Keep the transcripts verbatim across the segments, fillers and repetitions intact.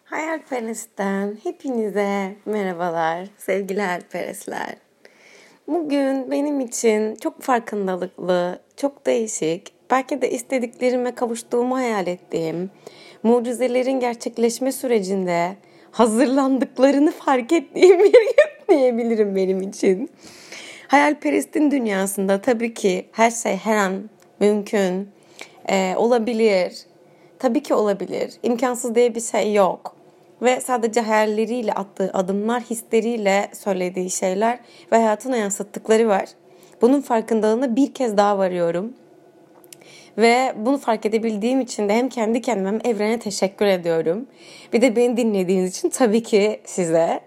Hayalperest'ten hepinize merhabalar sevgili hayalperestler. Bugün benim için çok farkındalıklı, çok değişik, belki de istediklerime kavuştuğumu hayal ettiğim, mucizelerin gerçekleşme sürecinde hazırlandıklarını fark ettiğim bir gün diyebilirim benim için. Hayalperestin dünyasında tabii ki her şey her an mümkün, e, olabilir. Tabii ki olabilir. İmkansız diye bir şey yok. Ve sadece hayalleriyle attığı adımlar, hisleriyle söylediği şeyler ve hayatına yansıttıkları var. Bunun farkındalığına bir kez daha varıyorum. Ve bunu fark edebildiğim için de hem kendi kendime hem evrene teşekkür ediyorum. Bir de beni dinlediğiniz için tabii ki size.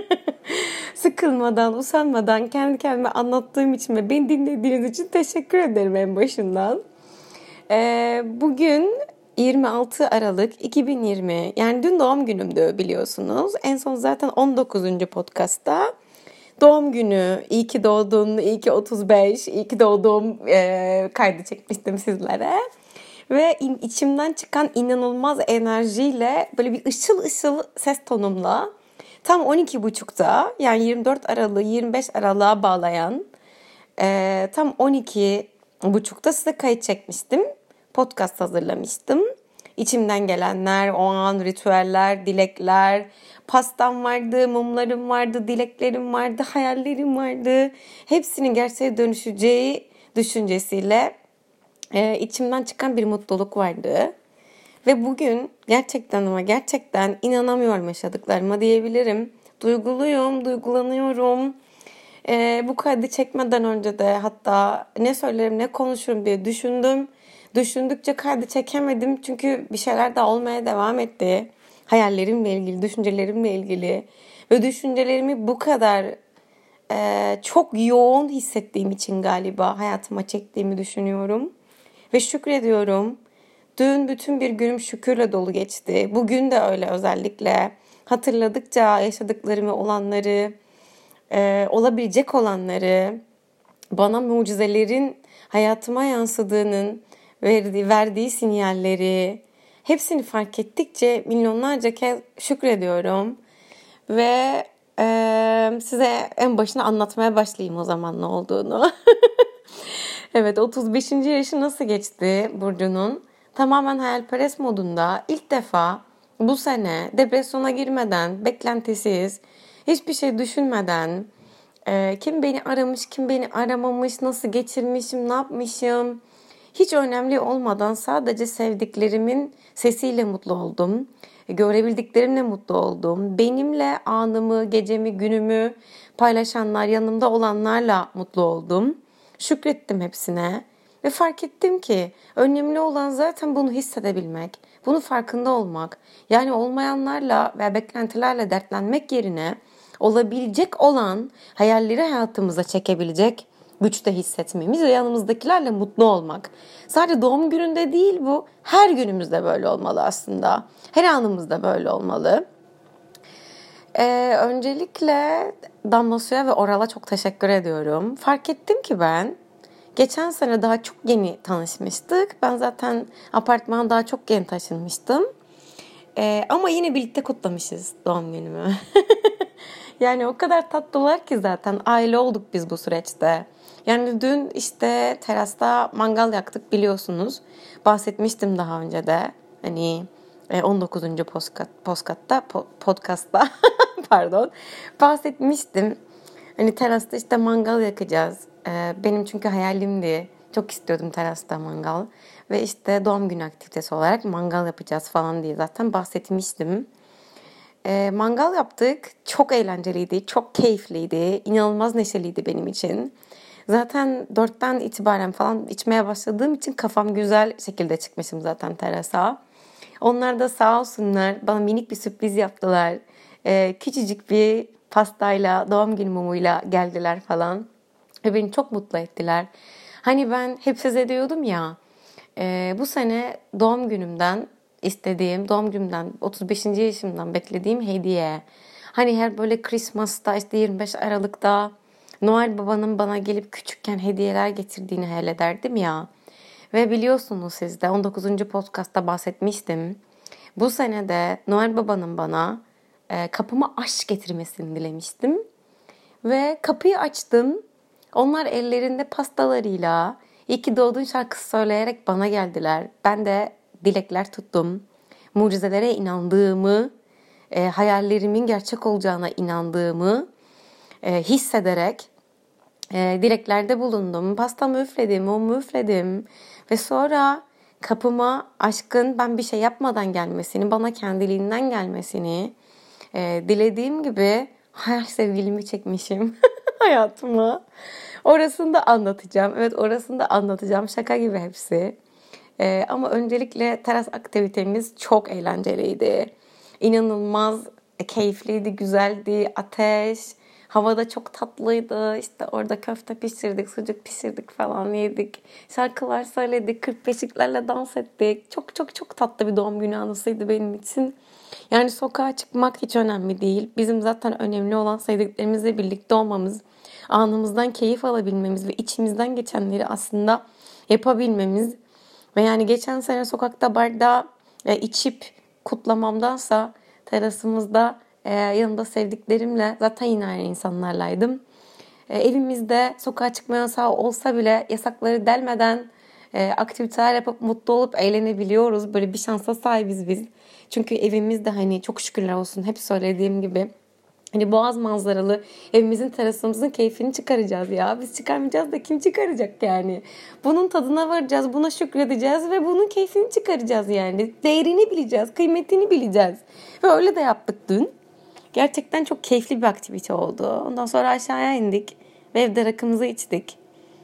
Sıkılmadan, usanmadan kendi kendime anlattığım için ve beni dinlediğiniz için teşekkür ederim en başından. Ee, bugün yirmi altı Aralık iki bin yirmi, yani dün doğum günümdü biliyorsunuz. En son zaten on dokuzuncu podcastta doğum günü, iyi ki doğdun, iyi ki otuz beş, iyi ki doğduğum e, kaydı çekmiştim sizlere. Ve içimden çıkan inanılmaz enerjiyle, böyle bir ışıl ışıl ses tonumla tam on iki buçukta, yani yirmi dört Aralık'ı yirmi beş Aralık'a bağlayan e, tam on iki buçukta size kayıt çekmiştim. Podcast hazırlamıştım. İçimden gelenler, o an ritüeller, dilekler, pastam vardı, mumlarım vardı, dileklerim vardı, hayallerim vardı. Hepsinin gerçeğe dönüşeceği düşüncesiyle e, içimden çıkan bir mutluluk vardı. Ve bugün gerçekten ama gerçekten inanamıyorum yaşadıklarıma diyebilirim. Duyguluyum, duygulanıyorum. E, bu kaydı çekmeden önce de hatta ne söylerim ne konuşurum diye düşündüm. Düşündükçe kaydı çekemedim çünkü bir şeyler daha olmaya devam etti. Hayallerimle ilgili, düşüncelerimle ilgili. Ve düşüncelerimi bu kadar e, çok yoğun hissettiğim için galiba hayatıma çektiğimi düşünüyorum. Ve şükrediyorum. Dün bütün bir günüm şükürle dolu geçti. Bugün de öyle özellikle. Hatırladıkça yaşadıklarımı, olanları, e, olabilecek olanları, bana mucizelerin hayatıma yansıdığının verdiği, verdiği sinyalleri, hepsini fark ettikçe milyonlarca kez şükrediyorum. Ve e, size en başına anlatmaya başlayayım o zaman ne olduğunu. Evet, otuz beşinci yaşı nasıl geçti Burcu'nun? Tamamen hayalperest modunda ilk defa bu sene depresyona girmeden, beklentisiz, hiçbir şey düşünmeden, e, kim beni aramış, kim beni aramamış, nasıl geçirmişim, ne yapmışım, hiç önemli olmadan sadece sevdiklerimin sesiyle mutlu oldum. Görebildiklerimle mutlu oldum. Benimle anımı, gecemi, günümü paylaşanlar, yanımda olanlarla mutlu oldum. Şükrettim hepsine. Ve fark ettim ki önemli olan zaten bunu hissedebilmek, bunu farkında olmak. Yani olmayanlarla ve beklentilerle dertlenmek yerine olabilecek olan hayalleri hayatımıza çekebilecek güçte hissetmemiz ve yanımızdakilerle mutlu olmak. Sadece doğum gününde değil bu, her günümüzde böyle olmalı aslında. Her anımızda böyle olmalı. Ee, öncelikle Damla Su'ya ve Oral'a çok teşekkür ediyorum. Fark ettim ki ben geçen sene daha çok yeni tanışmıştık. Ben zaten apartmana daha çok yeni taşınmıştım. Ee, ama yine birlikte kutlamışız doğum günümü. Yani o kadar tatlılar ki zaten aile olduk biz bu süreçte. Yani dün işte terasta mangal yaktık biliyorsunuz. Bahsetmiştim daha önce de. Hani on dokuzuncu podcast'ta podcast'ta pardon bahsetmiştim. Hani terasta işte mangal yakacağız. Benim çünkü hayalimdi. Çok istiyordum terasta mangal. Ve işte doğum günü aktivitesi olarak mangal yapacağız falan diye zaten bahsetmiştim. E, mangal yaptık. Çok eğlenceliydi, çok keyifliydi, inanılmaz neşeliydi benim için. Zaten dörtten itibaren falan içmeye başladığım için kafam güzel şekilde çıkmışım zaten terasa. Onlar da sağ olsunlar bana minik bir sürpriz yaptılar. E, küçücük bir pastayla, doğum günü mumuyla geldiler falan. Ve beni çok mutlu ettiler. Hani ben hep size diyordum ya, e, bu sene doğum günümden istediğim, doğum günümden otuz beşinci yaşımdan beklediğim hediye. Hani her böyle Christmas'ta işte yirmi beş Aralık'ta Noel Baba'nın bana gelip küçükken hediyeler getirdiğini hayal ederdim ya. Ve biliyorsunuz siz de on dokuzuncu podcast'ta bahsetmiştim. Bu sene de Noel Baba'nın bana e, kapıma aşk getirmesini dilemiştim. Ve kapıyı açtım. Onlar ellerinde pastalarıyla "İyi ki doğdun" şarkısı söyleyerek bana geldiler. Ben de dilekler tuttum. Mucizelere inandığımı, e, hayallerimin gerçek olacağına inandığımı e, hissederek e, dileklerde bulundum. Pastamı üfledim, mumu üfledim. Ve sonra kapıma aşkın ben bir şey yapmadan gelmesini, bana kendiliğinden gelmesini e, dilediğim gibi hayal sevgilimi çekmişim hayatıma. Orasını da anlatacağım. Evet, orasını da anlatacağım. Şaka gibi hepsi. Ee, ama öncelikle teras aktivitemiz çok eğlenceliydi. İnanılmaz keyifliydi, güzeldi. Ateş, havada çok tatlıydı. İşte orada köfte pişirdik, sucuk pişirdik falan yedik. Şarkılar söyledik, kırk beşiklerle dans ettik. Çok çok çok tatlı bir doğum günü anısıydı benim için. Yani sokağa çıkmak hiç önemli değil. Bizim zaten önemli olan sevdiklerimizle birlikte olmamız, anımızdan keyif alabilmemiz ve içimizden geçenleri aslında yapabilmemiz. Ve yani geçen sene sokakta barda e, içip kutlamamdansa terasımızda e, yanımda sevdiklerimle, zaten yine aynı insanlarlaydım. E, evimizde sokağa çıkma yasağı olsa bile yasakları delmeden e, aktiviteler yapıp mutlu olup eğlenebiliyoruz. Böyle bir şansa sahibiz biz. Çünkü evimizde hani çok şükürler olsun, hep söylediğim gibi hani boğaz manzaralı evimizin, terasımızın keyfini çıkaracağız ya. Biz çıkarmayacağız da kim çıkaracak yani? Bunun tadına varacağız, buna şükredeceğiz ve bunun keyfini çıkaracağız yani. Değerini bileceğiz, kıymetini bileceğiz. Ve öyle de yaptık dün. Gerçekten çok keyifli bir aktivite oldu. Ondan sonra aşağıya indik ve evde rakımızı içtik.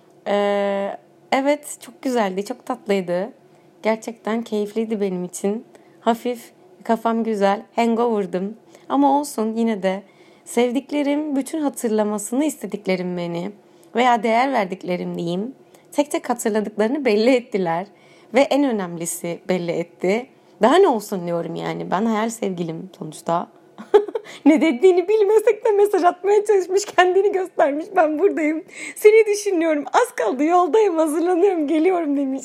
Ee, evet, çok güzeldi, çok tatlıydı. Gerçekten keyifliydi benim için. Hafif, kafam güzel, hangover'dım. Ama olsun, yine de sevdiklerim, bütün hatırlamasını istediklerim beni veya değer verdiklerim diyeyim, tek tek hatırladıklarını belli ettiler. Ve en önemlisi belli etti. Daha ne olsun diyorum yani, ben hayal sevgilim sonuçta. Ne dediğini bilmesek de mesaj atmaya çalışmış, kendini göstermiş. Ben buradayım, seni düşünüyorum, az kaldı, yoldayım, hazırlanıyorum, geliyorum demiş.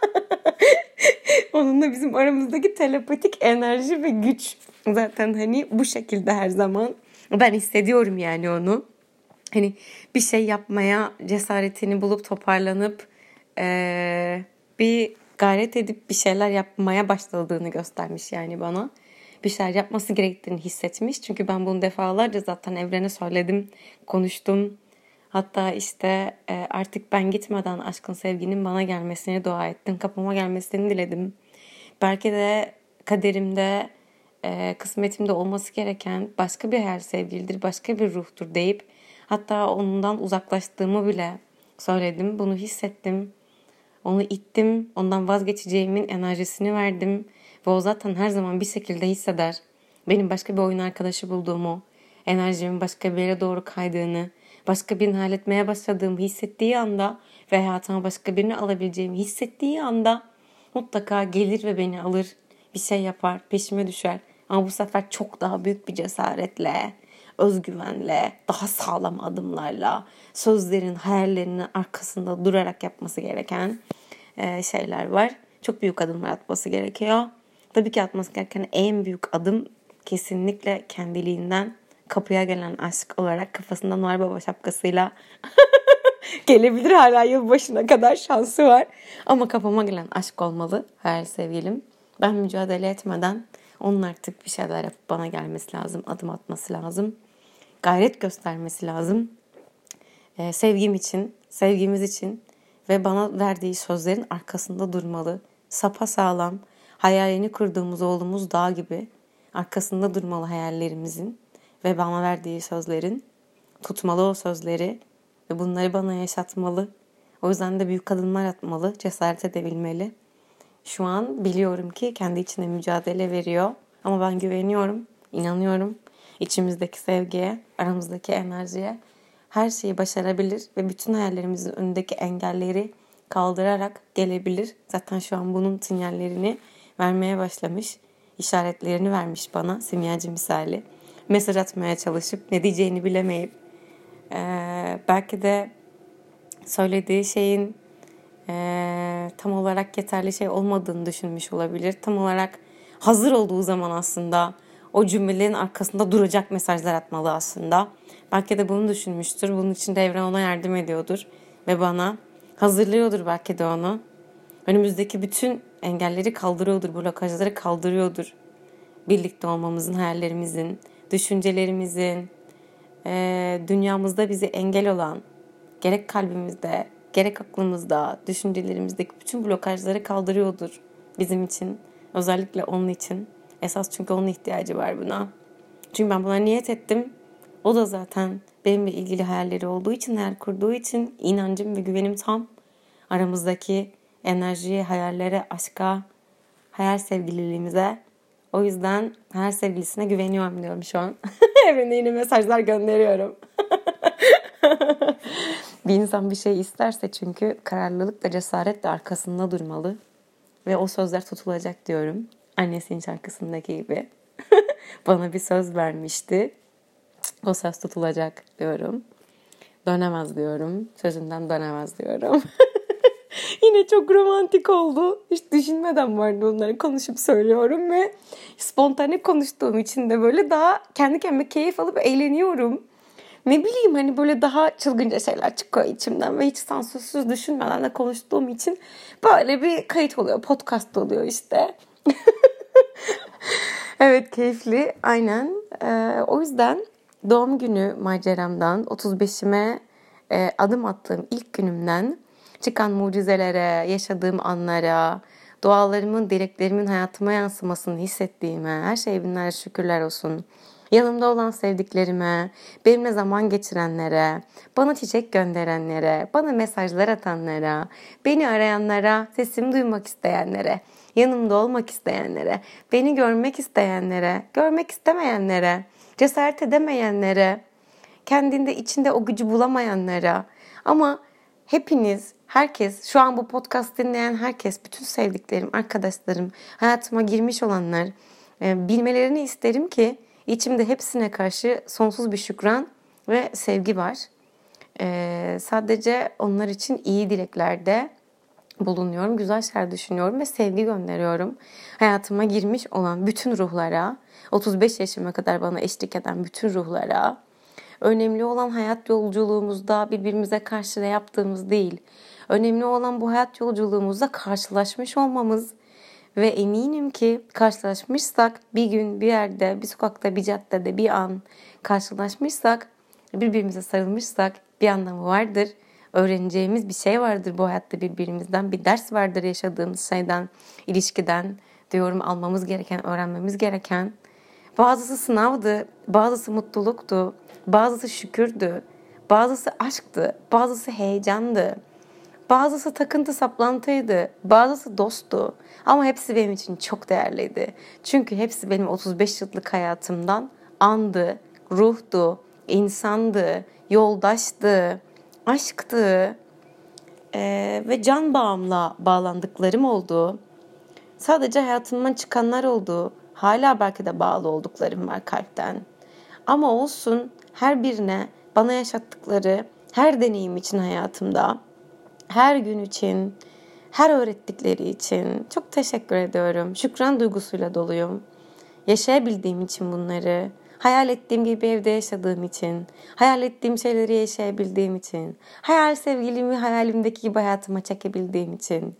Onunla bizim aramızdaki telepatik enerji ve güç zaten hani bu şekilde her zaman. Ben hissediyorum yani onu. Hani bir şey yapmaya cesaretini bulup toparlanıp ee, bir gayret edip bir şeyler yapmaya başladığını göstermiş yani bana. Bir şeyler yapması gerektiğini hissetmiş. Çünkü ben bunu defalarca zaten evrene söyledim, konuştum. Hatta işte e, artık ben gitmeden aşkın sevginin bana gelmesini dua ettim. Kapıma gelmesini diledim. Belki de kaderimde, e, kısmetimde olması gereken başka bir hayal sevgilidir, başka bir ruhtur deyip hatta ondan uzaklaştığımı bile söyledim. Bunu hissettim. Onu ittim. Ondan vazgeçeceğimin enerjisini verdim. Ve o zaten her zaman bir şekilde hisseder. Benim başka bir oyun arkadaşı bulduğumu, enerjimin başka bir yere doğru kaydığını, başka birini halletmeye başladığımı hissettiği anda ve hayatıma başka birini alabileceğimi hissettiği anda mutlaka gelir ve beni alır, bir şey yapar, peşime düşer. Ama bu sefer çok daha büyük bir cesaretle, özgüvenle, daha sağlam adımlarla, sözlerin, hayallerinin arkasında durarak yapması gereken şeyler var. Çok büyük adımlar atması gerekiyor. Tabii ki atması gereken en büyük adım kesinlikle kendiliğinden kapıya gelen aşk olarak kafasında Noel Baba şapkasıyla gelebilir, hala yılbaşına kadar şansı var. Ama kafama gelen aşk olmalı hayal sevgilim. Ben mücadele etmeden onun artık bir şeyler yapıp bana gelmesi lazım. Adım atması lazım. Gayret göstermesi lazım. Ee, sevgim için, sevgimiz için ve bana verdiği sözlerin arkasında durmalı. Sapasağlam, hayalini kurduğumuz oğlumuz dağ gibi arkasında durmalı hayallerimizin ve bana verdiği sözlerin, tutmalı o sözleri ve bunları bana yaşatmalı. O yüzden de büyük adımlar atmalı, cesaret edebilmeli. Şu an biliyorum ki kendi içine mücadele veriyor ama ben güveniyorum, inanıyorum içimizdeki sevgiye, aramızdaki enerjiye. Her şeyi başarabilir ve bütün hayallerimizin önündeki engelleri kaldırarak gelebilir. Zaten şu an bunun sinyallerini vermeye başlamış. İşaretlerini vermiş bana, simyacı misali. Mesaj atmaya çalışıp ne diyeceğini bilemeyip ee, belki de söylediği şeyin ee, tam olarak yeterli şey olmadığını düşünmüş olabilir. Tam olarak hazır olduğu zaman aslında o cümlelerin arkasında duracak mesajlar atmalı aslında. Belki de bunu düşünmüştür. Bunun için de evren ona yardım ediyordur. Ve bana hazırlıyordur belki de onu. Önümüzdeki bütün engelleri kaldırıyordur, blokajları kaldırıyordur. Birlikte olmamızın, hayallerimizin, düşüncelerimizin, e, dünyamızda bizi engel olan, gerek kalbimizde, gerek aklımızda, düşüncelerimizdeki bütün blokajları kaldırıyordur bizim için. Özellikle onun için. Esas çünkü onun ihtiyacı var buna. Çünkü ben buna niyet ettim. O da zaten benimle ilgili hayalleri olduğu için, hayal kurduğu için inancım ve güvenim tam. Aramızdaki enerjiye, hayallere, aşka, hayal sevgililiğimize. O yüzden hayal sevgilisine güveniyorum diyorum şu an. Evrene yine mesajlar gönderiyorum. Bir insan bir şey isterse çünkü kararlılıkla, cesaretle arkasında durmalı. Ve o sözler tutulacak diyorum. Annesinin şarkısındaki gibi. Bana bir söz vermişti. O söz tutulacak diyorum. Dönemez diyorum. Sözünden dönemez diyorum. Yine çok romantik oldu. Hiç düşünmeden vardı onları konuşup söylüyorum ve spontane konuştuğum için de böyle daha kendi kendime keyif alıp eğleniyorum. Ne bileyim hani böyle daha çılgınca şeyler çıkıyor içimden ve hiç sansürsüz düşünmeden de konuştuğum için böyle bir kayıt oluyor, podcast oluyor işte. Evet, keyifli aynen. Ee, o yüzden doğum günü maceramdan otuz beşime e, adım attığım ilk günümden çıkan mucizelere, yaşadığım anlara, dualarımın, dileklerimin hayatıma yansımasını hissettiğime, her şeye binlerce şükürler olsun. Yanımda olan sevdiklerime, benimle zaman geçirenlere, bana çiçek gönderenlere, bana mesajlar atanlara, beni arayanlara, sesimi duymak isteyenlere, yanımda olmak isteyenlere, beni görmek isteyenlere, görmek istemeyenlere, cesaret edemeyenlere, kendinde içinde o gücü bulamayanlara. Ama hepiniz, herkes, şu an bu podcast dinleyen herkes, bütün sevdiklerim, arkadaşlarım, hayatıma girmiş olanlar, bilmelerini isterim ki İçimde hepsine karşı sonsuz bir şükran ve sevgi var. Ee, sadece onlar için iyi dileklerde bulunuyorum. Güzel şeyler düşünüyorum ve sevgi gönderiyorum. Hayatıma girmiş olan bütün ruhlara, otuz beş yaşıma kadar bana eşlik eden bütün ruhlara, önemli olan hayat yolculuğumuzda birbirimize karşı ne yaptığımız değil. Önemli olan bu hayat yolculuğumuzda karşılaşmış olmamız. Ve eminim ki karşılaşmışsak bir gün bir yerde, bir sokakta, bir caddede, bir an karşılaşmışsak, birbirimize sarılmışsak bir anlamı vardır. Öğreneceğimiz bir şey vardır bu hayatta birbirimizden. Bir ders vardır yaşadığımız şeyden, ilişkiden diyorum, almamız gereken, öğrenmemiz gereken. Bazısı sınavdı, bazısı mutluluktu, bazısı şükürdü, bazısı aşktı, bazısı heyecandı. Bazısı takıntı saplantıydı, bazısı dosttu ama hepsi benim için çok değerliydi. Çünkü hepsi benim otuz beş yıllık hayatımdan andı, ruhtu, insandı, yoldaştı, aşktı ee, ve can bağımla bağlandıklarım oldu. Sadece hayatımdan çıkanlar oldu. Hala belki de bağlı olduklarım var kalpten. Ama olsun, her birine bana yaşattıkları her deneyim için hayatımda, her gün için, her öğrettikleri için çok teşekkür ediyorum. Şükran duygusuyla doluyum. Yaşayabildiğim için bunları, hayal ettiğim gibi evde yaşadığım için, hayal ettiğim şeyleri yaşayabildiğim için, hayal sevgilimi hayalimdeki gibi hayatıma çekebildiğim için,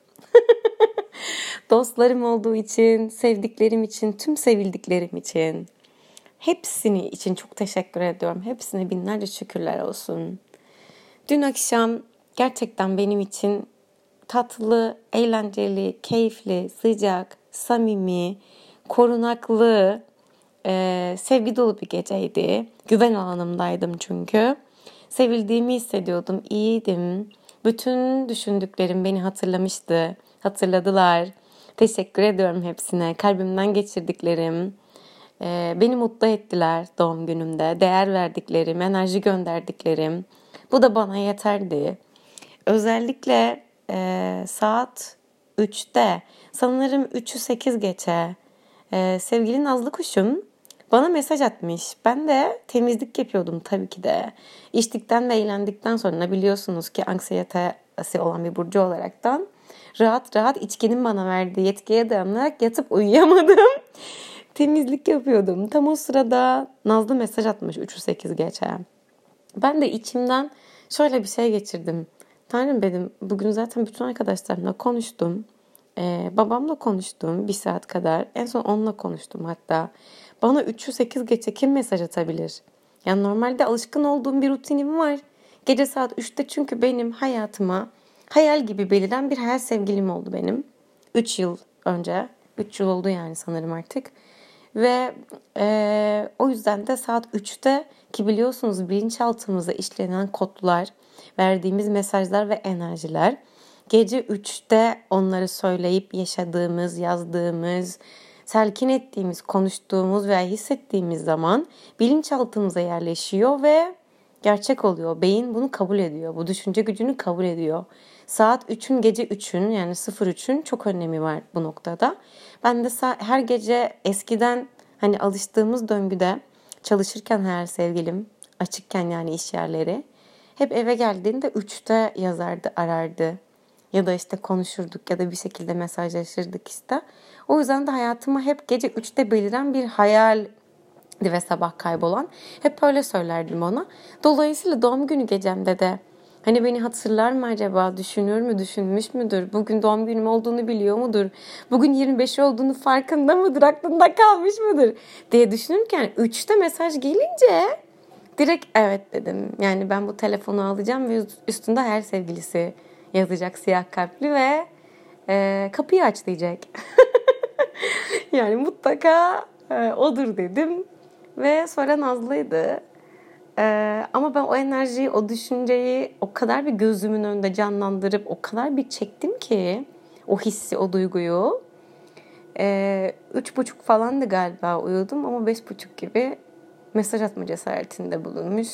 dostlarım olduğu için, sevdiklerim için, tüm sevildiklerim için, hepsini için çok teşekkür ediyorum. Hepsine binlerce şükürler olsun. Dün akşam gerçekten benim için tatlı, eğlenceli, keyifli, sıcak, samimi, korunaklı, e, sevgi dolu bir geceydi. Güven alanımdaydım çünkü. Sevildiğimi hissediyordum, iyiydim. Bütün düşündüklerim beni hatırlamıştı, hatırladılar. Teşekkür ediyorum hepsine. Kalbimden geçirdiklerim, e, beni mutlu ettiler doğum günümde. Değer verdiklerim, enerji gönderdiklerim. Bu da bana yeterdi. Özellikle e, saat üçte, sanırım üçü sekiz geçe, e, sevgili Nazlı kuşum bana mesaj atmış. Ben de temizlik yapıyordum tabii ki de. İçtikten ve eğlendikten sonra, biliyorsunuz ki anksiyetesi olan bir burcu olaraktan rahat rahat içkinin bana verdiği yetkiye dayanarak yatıp uyuyamadım. Temizlik yapıyordum. Tam o sırada Nazlı mesaj atmış üçü sekiz geçe. Ben de içimden şöyle bir şey geçirdim. Tanrım dedim, bugün zaten bütün arkadaşlarımla konuştum. Ee, babamla konuştum bir saat kadar. En son onunla konuştum hatta. Bana üçü sekiz geçe kim mesaj atabilir? Yani normalde alışkın olduğum bir rutinim var. Gece saat üçte çünkü benim hayatıma hayal gibi beliren bir hayal sevgilim oldu benim. üç yıl önce. üç yıl oldu yani sanırım artık. Ve e, o yüzden de saat üçte ki biliyorsunuz bilinçaltımıza işlenen kodlar, verdiğimiz mesajlar ve enerjiler gece üçte onları söyleyip yaşadığımız, yazdığımız, telkin ettiğimiz, konuştuğumuz veya hissettiğimiz zaman bilinçaltımıza yerleşiyor ve gerçek oluyor. Beyin bunu kabul ediyor. Bu düşünce gücünü kabul ediyor. Saat üçün, gece üçün yani sıfır üçün çok önemi var bu noktada. Ben de her gece eskiden hani alıştığımız döngüde çalışırken hayal sevgilim, açıkken yani iş yerleri hep eve geldiğinde üçte yazardı, arardı. Ya da işte konuşurduk ya da bir şekilde mesajlaşırdık işte. O yüzden de hayatıma hep gece üçte beliren bir hayal ve sabah kaybolan. Hep öyle söylerdim ona. Dolayısıyla doğum günü gecemde de hani beni hatırlar mı acaba? Düşünür mü? Düşünmüş müdür? Bugün doğum günüm olduğunu biliyor mudur? Bugün yirmi beş olduğunu farkında mıdır? Aklında kalmış mıdır? Diye düşünürken üçte mesaj gelince direkt evet dedim. Yani ben bu telefonu alacağım ve üstünde her sevgilisi yazacak siyah kalpli ve e, kapıyı aç diyecek. Yani mutlaka e, odur dedim. Ve sonra Nazlı'ydı. Ee, ama ben o enerjiyi, o düşünceyi o kadar bir gözümün önünde canlandırıp o kadar bir çektim ki o hissi, o duyguyu. Ee, üç buçuk falandı galiba uyudum ama beş buçuk gibi mesaj atma cesaretinde bulunmuş.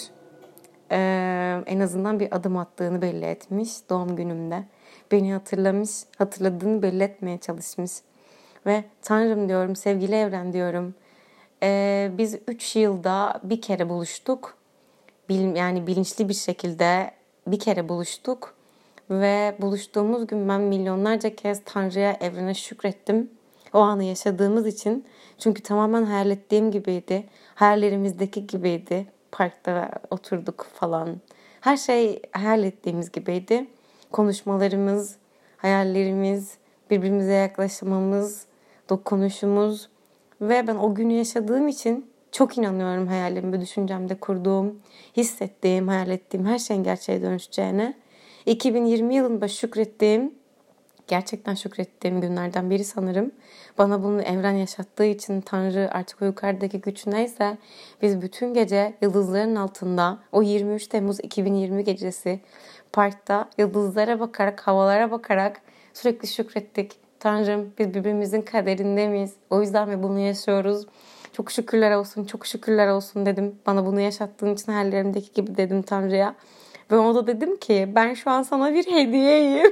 Ee, en azından bir adım attığını belli etmiş doğum günümde. Beni hatırlamış, hatırladığını belli etmeye çalışmış. Ve Tanrım diyorum, sevgili evren diyorum. Ee, biz üç yılda bir kere buluştuk. Bil, yani bilinçli bir şekilde bir kere buluştuk. Ve buluştuğumuz gün ben milyonlarca kez Tanrı'ya, evrene şükrettim. O anı yaşadığımız için. Çünkü tamamen hayal ettiğim gibiydi. Hayallerimizdeki gibiydi. Parkta oturduk falan. Her şey hayal ettiğimiz gibiydi. Konuşmalarımız, hayallerimiz, birbirimize yaklaşmamız, dokunuşumuz. Ve ben o günü yaşadığım için çok inanıyorum hayalimi ve düşüncemde kurduğum, hissettiğim, hayal ettiğim her şeyin gerçeğe dönüşeceğine. iki bin yirmi yılında şükrettiğim, gerçekten şükrettiğim günlerden biri sanırım. Bana bunu evren yaşattığı için Tanrı artık o yukarıdaki güç neyse biz bütün gece yıldızların altında o yirmi üç Temmuz iki bin yirmi gecesi parkta yıldızlara bakarak, havalara bakarak sürekli şükrettik. Tanrım biz birbirimizin kaderinde miyiz? O yüzden mi bunu yaşıyoruz? Çok şükürler olsun, çok şükürler olsun dedim. Bana bunu yaşattığın için hayallerimdeki gibi dedim Tanrı'ya. Ve ona da dedim ki ben şu an sana bir hediyeyim.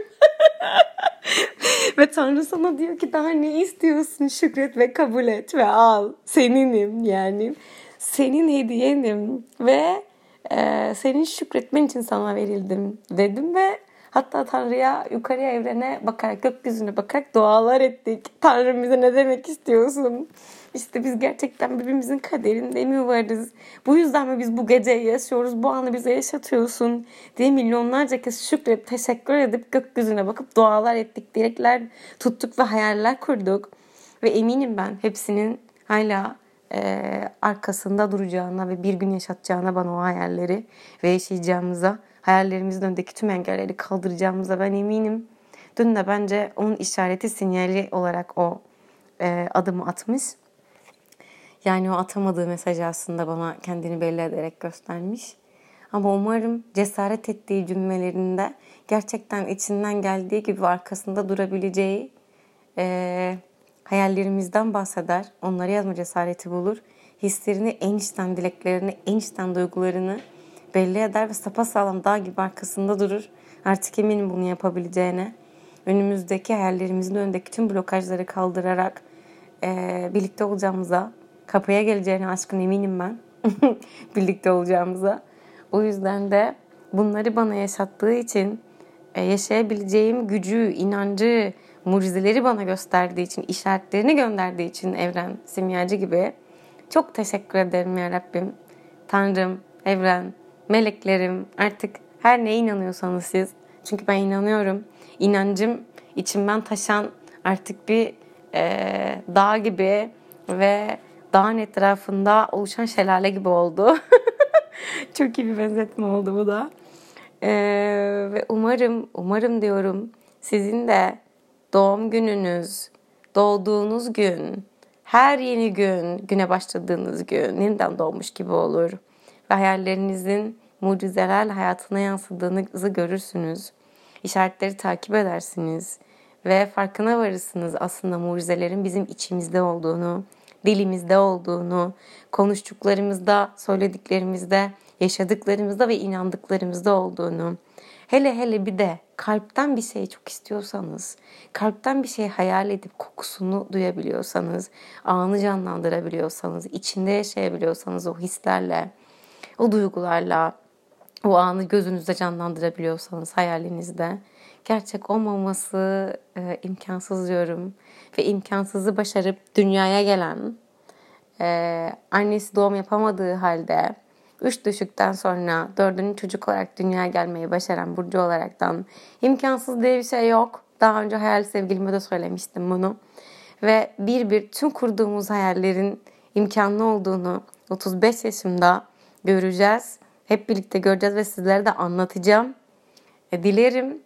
Ve Tanrı sana diyor ki daha ne istiyorsun? Şükret ve kabul et ve al. Seninim yani. Senin hediyenim. Ve e, senin şükretmen için sana verildim dedim ve hatta Tanrı'ya, yukarıya, evrene bakarak, gökyüzüne bakarak dualar ettik. Tanrım bize ne demek istiyorsun? İşte biz gerçekten birbirimizin kaderinde mi varız? Bu yüzden mi biz bu geceyi yaşıyoruz? Bu anı bize yaşatıyorsun diye milyonlarca kez şükredip, teşekkür edip gökyüzüne bakıp dualar ettik. Dilekler tuttuk ve hayaller kurduk. Ve eminim ben hepsinin hala e, arkasında duracağına ve bir gün yaşatacağına bana o hayalleri ve yaşayacağımıza, hayallerimizin önündeki tüm engelleri kaldıracağımıza ben eminim. Dün de bence onun işareti, sinyali olarak o e, adımı atmış. Yani o atamadığı mesajı aslında bana kendini belli ederek göstermiş. Ama umarım cesaret ettiği cümlelerinde gerçekten içinden geldiği gibi arkasında durabileceği e, hayallerimizden bahseder. Onları yazma cesareti bulur. Hislerini, en içten dileklerini, en içten duygularını belli eder ve sapasağlam dağ gibi arkasında durur. Artık eminim bunu yapabileceğine. Önümüzdeki hayallerimizin önündeki tüm blokajları kaldırarak e, birlikte olacağımıza, kapıya geleceğine aşkın eminim ben. Birlikte olacağımıza. O yüzden de bunları bana yaşattığı için e, yaşayabileceğim gücü, inancı, mucizeleri bana gösterdiği için, işaretlerini gönderdiği için evren, simyacı gibi çok teşekkür ederim ya Rabbim. Tanrım, evren, meleklerim, artık her neye inanıyorsanız siz. Çünkü ben inanıyorum. İnancım içimden taşan artık bir e, dağ gibi ve dağın etrafında oluşan şelale gibi oldu. Çok iyi bir benzetme oldu bu da. E, ve umarım, umarım diyorum sizin de doğum gününüz, doğduğunuz gün, her yeni gün, güne başladığınız gün yeniden doğmuş gibi olur. Ve hayallerinizin mucizelerle hayatına yansıdığınızı görürsünüz. İşaretleri takip edersiniz. Ve farkına varırsınız aslında mucizelerin bizim içimizde olduğunu, dilimizde olduğunu, konuştuklarımızda, söylediklerimizde, yaşadıklarımızda ve inandıklarımızda olduğunu. Hele hele bir de kalpten bir şey çok istiyorsanız, kalpten bir şey hayal edip kokusunu duyabiliyorsanız, anı canlandırabiliyorsanız, içinde yaşayabiliyorsanız o hislerle, o duygularla, o anı gözünüzde canlandırabiliyorsanız hayalinizde, gerçek olmaması e, imkansız diyorum. Ve imkansızı başarıp dünyaya gelen, e, annesi doğum yapamadığı halde, üç düşükten sonra dördüncü çocuk olarak dünyaya gelmeyi başaran Burcu olaraktan imkansız diye bir şey yok. Daha önce hayal sevgilime de söylemiştim bunu. Ve bir bir tüm kurduğumuz hayallerin imkanlı olduğunu otuz beş yaşımda göreceğiz. Hep birlikte göreceğiz ve sizlere de anlatacağım. E, dilerim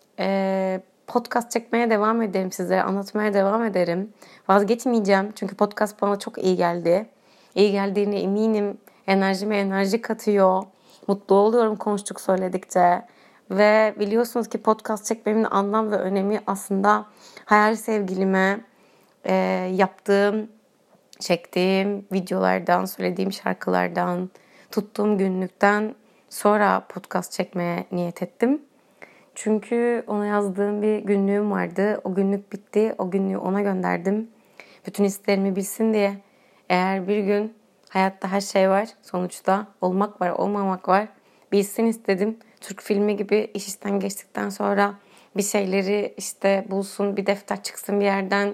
e, podcast çekmeye devam ederim, sizlere anlatmaya devam ederim. Vazgeçmeyeceğim çünkü podcast bana çok iyi geldi. İyi geldiğine eminim. Enerjime enerji katıyor. Mutlu oluyorum konuştuk söyledikçe. Ve biliyorsunuz ki podcast çekmemin anlam ve önemi aslında hayal sevgilime e, yaptığım, çektiğim videolardan, söylediğim şarkılardan, tuttuğum günlükten sonra podcast çekmeye niyet ettim. Çünkü ona yazdığım bir günlüğüm vardı. O günlük bitti. O günlüğü ona gönderdim. Bütün hislerimi bilsin diye. Eğer bir gün hayatta her şey var. Sonuçta olmak var, olmamak var. Bilsin istedim. Türk filmi gibi iş işten geçtikten sonra bir şeyleri işte bulsun, bir defter çıksın bir yerden.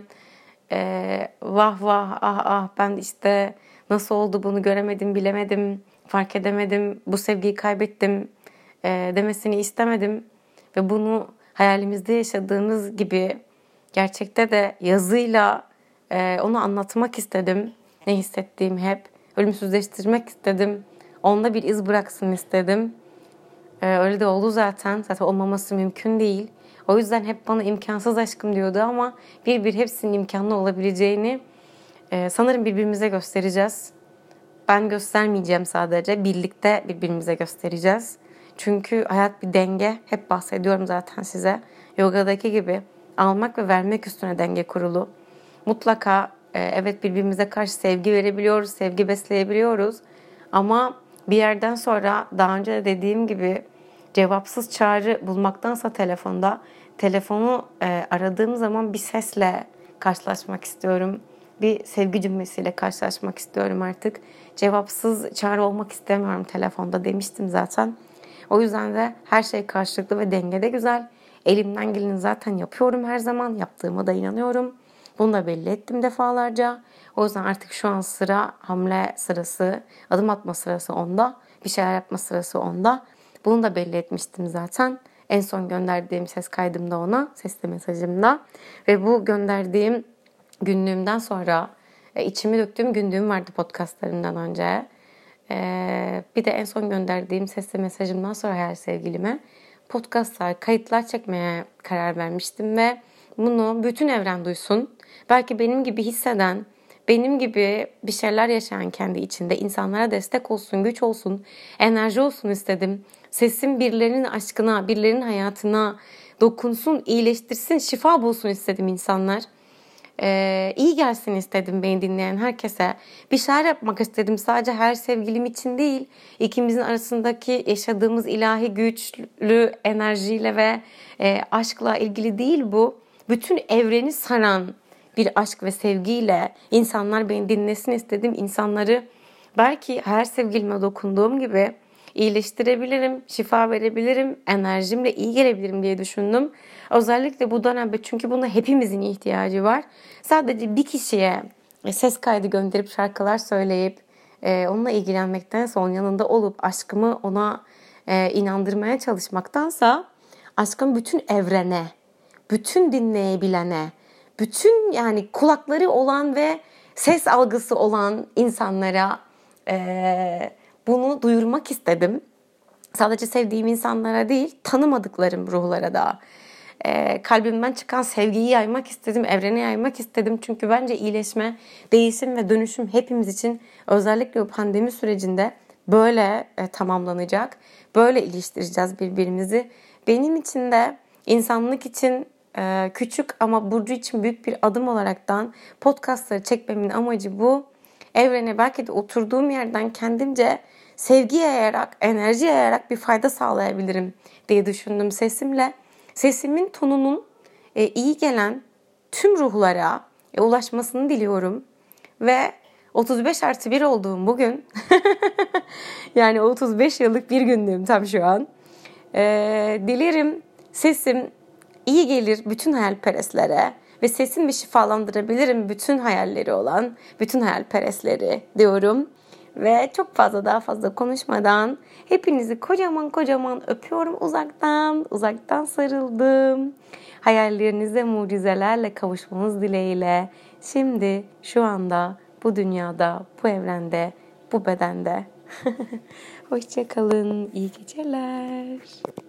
Ee, vah vah ah ah ben işte nasıl oldu bunu göremedim, bilemedim, fark edemedim, bu sevgiyi kaybettim e, demesini istemedim. Ve bunu hayalimizde yaşadığımız gibi gerçekte de yazıyla e, onu anlatmak istedim. Ne hissettiğimi hep ölümsüzleştirmek istedim. Onda bir iz bıraksın istedim. E, öyle de oldu zaten. Zaten olmaması mümkün değil. O yüzden hep bana imkansız aşkım diyordu ama bir bir hepsinin imkanlı olabileceğini e, sanırım birbirimize göstereceğiz. Ben göstermeyeceğim sadece. Birlikte birbirimize göstereceğiz. Çünkü hayat bir denge. Hep bahsediyorum zaten size. Yogadaki gibi almak ve vermek üstüne denge kurulu. Mutlaka e, evet birbirimize karşı sevgi verebiliyoruz, sevgi besleyebiliyoruz. Ama bir yerden sonra daha önce de dediğim gibi cevapsız çağrı bulmaktansa telefonda telefonu e, aradığım zaman bir sesle karşılaşmak istiyorum. Bir sevgi cümlesiyle karşılaşmak istiyorum artık. Cevapsız çağrı olmak istemiyorum telefonda demiştim zaten. O yüzden de her şey karşılıklı ve dengede güzel. Elimden geleni zaten yapıyorum her zaman. Yaptığıma da inanıyorum. Bunu da belli ettim defalarca. O yüzden artık şu an sıra hamle sırası, adım atma sırası onda. Bir şeyler yapma sırası onda. Bunu da belli etmiştim zaten. En son gönderdiğim ses kaydımda ona, sesli mesajımda. Ve bu gönderdiğim günlüğümden sonra e, içimi döktüğüm günlüğüm vardı podcastlarımdan önce. E, bir de en son gönderdiğim sesli mesajımdan sonra her sevgilime podcastlar, kayıtlar çekmeye karar vermiştim ve bunu bütün evren duysun. Belki benim gibi hisseden, benim gibi bir şeyler yaşayan kendi içinde insanlara destek olsun, güç olsun, enerji olsun istedim. Sesim birilerinin aşkına, birilerinin hayatına dokunsun, iyileştirsin, şifa bulsun istedim insanlar. Ee, iyi gelsin istedim beni dinleyen herkese. Bir şeyler yapmak istedim. Sadece her sevgilim için değil, ikimizin arasındaki yaşadığımız ilahi güçlü enerjiyle ve e, aşkla ilgili değil bu. Bütün evreni saran bir aşk ve sevgiyle insanlar beni dinlesin istedim. İnsanları belki her sevgilime dokunduğum gibi iyileştirebilirim, şifa verebilirim, enerjimle iyi gelebilirim diye düşündüm. Özellikle bu dönemde, çünkü buna hepimizin ihtiyacı var. Sadece bir kişiye ses kaydı gönderip şarkılar söyleyip e, onunla ilgilenmektense, onun yanında olup aşkımı ona e, inandırmaya çalışmaktansa, aşkım bütün evrene, bütün dinleyebilene, bütün yani kulakları olan ve ses algısı olan insanlara e, bunu duyurmak istedim. Sadece sevdiğim insanlara değil, tanımadıklarım ruhlara da. E, kalbimden çıkan sevgiyi yaymak istedim, evrene yaymak istedim. Çünkü bence iyileşme, değişim ve dönüşüm hepimiz için, özellikle bu pandemi sürecinde böyle e, tamamlanacak. Böyle iliştireceğiz birbirimizi. Benim için de, insanlık için e, küçük ama Burcu için büyük bir adım olaraktan podcastları çekmemin amacı bu. Evrene belki de oturduğum yerden kendimce sevgi yayarak, enerji yayarak bir fayda sağlayabilirim diye düşündüm sesimle. Sesimin tonunun e, iyi gelen tüm ruhlara e, ulaşmasını diliyorum. Ve otuz beş artı bir olduğum bugün, yani otuz beş yıllık bir günlüğüm tam şu an. E, dilerim sesim iyi gelir bütün hayalperestlere ve sesimi şifalandırabilirim bütün hayalleri olan bütün hayalperestleri diyorum. Ve çok fazla daha fazla konuşmadan hepinizi kocaman kocaman öpüyorum uzaktan. Uzaktan sarıldım. Hayallerinize mucizelerle kavuşmanız dileğiyle. Şimdi, şu anda, bu dünyada, bu evrende, bu bedende. Hoşça kalın. İyi geceler.